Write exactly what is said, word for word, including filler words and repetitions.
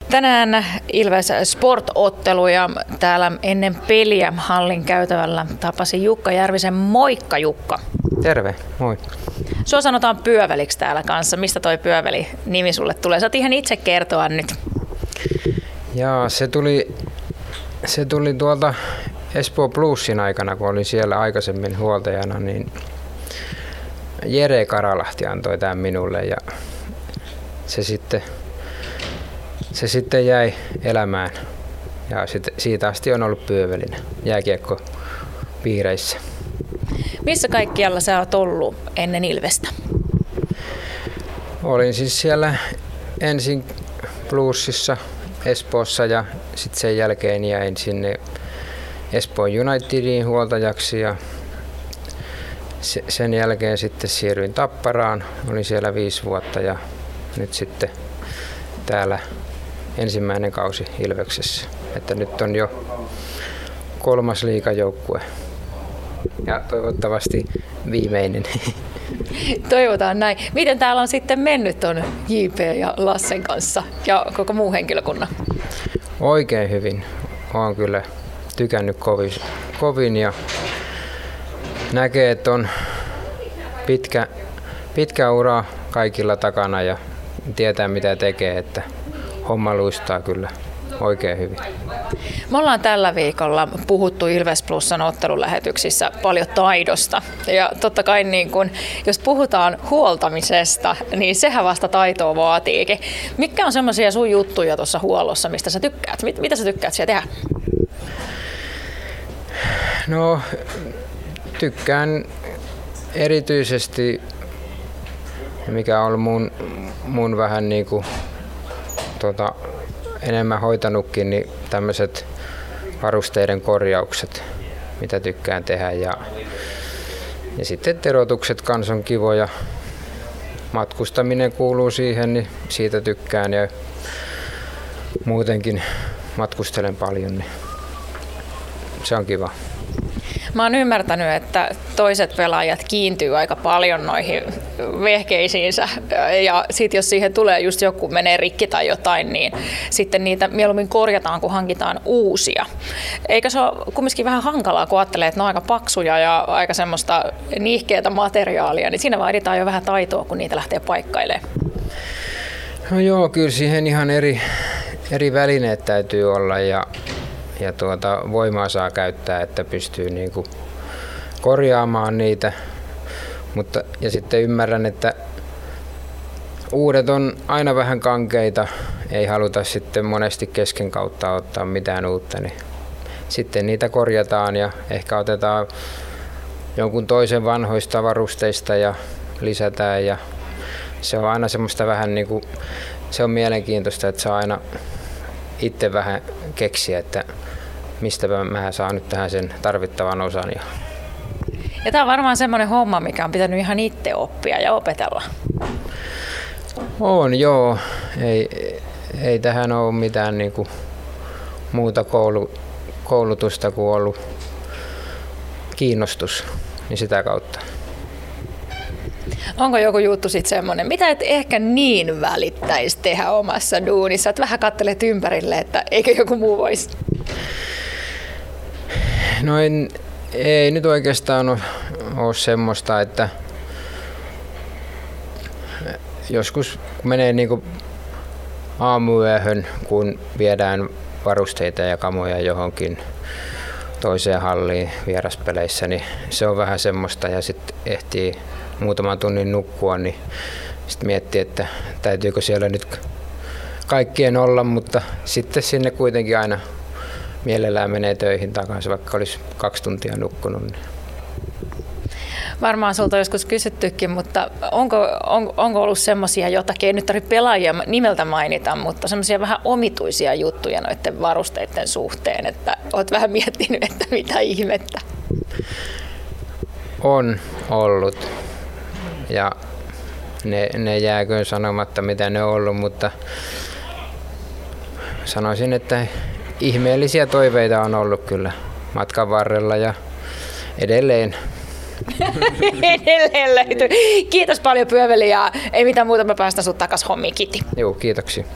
Tänään Ilves Sport-ottelu ja täällä ennen peliä hallin käytävällä tapasin Jukka Järvisen. Moikka Jukka. Terve, moi. Sua sanotaan Pyöveliksi täällä kanssa. Mistä toi Pyöveli-nimi sulle tulee? Saat ihan itse kertoa nyt. Jaa, se tuli, se tuli tuolta Espoo Bluesin aikana, kun olin siellä aikaisemmin huoltajana, niin Jere Karalahti antoi tämän minulle ja se sitten, se sitten jäi elämään. Ja sit, siitä asti on ollut Pyövelinen jääkiekkopiireissä. Missä kaikkialla sä oot ollut ennen Ilvestä? Olin siis siellä ensin Bluesissa Espoossa ja sitten sen jälkeen jäin sinne Espoon Unitediin huoltajaksi ja sen jälkeen sitten siirryin Tapparaan. Olin siellä viisi vuotta ja nyt sitten täällä ensimmäinen kausi Ilveksessä. Että nyt on jo kolmas liigajoukkue ja toivottavasti viimeinen. Toivotaan näin. Miten täällä on sitten mennyt ton J P ja Lassen kanssa ja koko muu henkilökunnan? Oikein hyvin. Olen kyllä tykännyt kovin, kovin ja näkee, että on pitkä, pitkä ura kaikilla takana ja tietää mitä tekee, että homma luistaa kyllä oikein hyvin. Me ollaan tällä viikolla puhuttu Ilves Plusan ottelulähetyksissä paljon taidosta. Ja totta kai niin kun, jos puhutaan huoltamisesta, niin sehän vasta taitoa vaatiikin. Mitkä on semmoisia sun juttuja tuossa huollossa, mistä sä tykkäät? Mit, mitä sä tykkäät siellä tehdä? No, tykkään erityisesti, mikä on mun, mun vähän niin kuin, tota, enemmän hoitanutkin, niin tämmöiset varusteiden korjaukset, mitä tykkään tehdä. Ja, ja sitten terotukset kans on kivoja. Matkustaminen kuuluu siihen, niin siitä tykkään ja muutenkin matkustelen paljon, niin se on kiva. Mä oon ymmärtänyt, että toiset pelaajat kiintyy aika paljon noihin vehkeisiinsä ja sit jos siihen tulee just joku menee rikki tai jotain, niin sitten niitä mieluummin korjataan, kun hankitaan uusia. Eikö se ole kumminkin vähän hankalaa, kun ajattelee, että ne on aika paksuja ja aika semmoista niihkeätä materiaalia, niin siinä vaaditaan jo vähän taitoa, kun niitä lähtee paikkailemaan. No joo, kyllä siihen ihan eri, eri välineet täytyy olla ja Ja tuota, voimaa saa käyttää, että pystyy niinku korjaamaan niitä. Mutta, ja sitten ymmärrän, että uudet on aina vähän kankeita. Ei haluta sitten monesti kesken kautta ottaa mitään uutta. Niin sitten niitä korjataan ja ehkä otetaan jonkun toisen vanhoista varusteista ja lisätään. Ja se on aina semmoista vähän niinku, se on mielenkiintoista, että saa aina itse vähän keksiä, että mistä mä saan nyt tähän sen tarvittavan osan. Ja tämä on varmaan semmoinen homma, mikä on pitänyt ihan itse oppia ja opetella. On, joo. Ei, ei tähän ole mitään niinku muuta koulu, koulutusta kuin ollut kiinnostus, niin sitä kautta. Onko joku juttu sitten semmoinen, mitä et ehkä niin välittäisi tehdä omassa duunissa, että vähän katselet ympärille, että eikö joku muu voisi? No en, ei nyt oikeastaan ole, ole semmoista, että joskus menee niinku aamuyöhön, kun viedään varusteita ja kamoja johonkin toiseen halliin vieraspeleissä, niin se on vähän semmoista ja sitten ehtii muutaman tunnin nukkua, niin sitten miettii, että täytyykö siellä nyt kaikkien olla, mutta sitten sinne kuitenkin aina mielellään menee töihin takaisin, vaikka olisi kaksi tuntia nukkunut. Niin. Varmaan sulta on joskus kysyttykin, mutta onko, on, onko ollut semmoisia jotakin, ei nyt tarvitse pelaajia nimeltä mainita, mutta semmoisia vähän omituisia juttuja noiden varusteiden suhteen, että olet vähän miettinyt, että mitä ihmettä? On ollut. Ja ne, ne jääköön sanomatta, mitä ne on ollut, mutta sanoisin, että ihmeellisiä toiveita on ollut kyllä matkan varrella ja edelleen. Edelleen löytyy. Kiitos paljon Pyöveli ja ei mitään muuta, mä päästän sut takas hommiin. Kiitti. Joo, kiitoksia.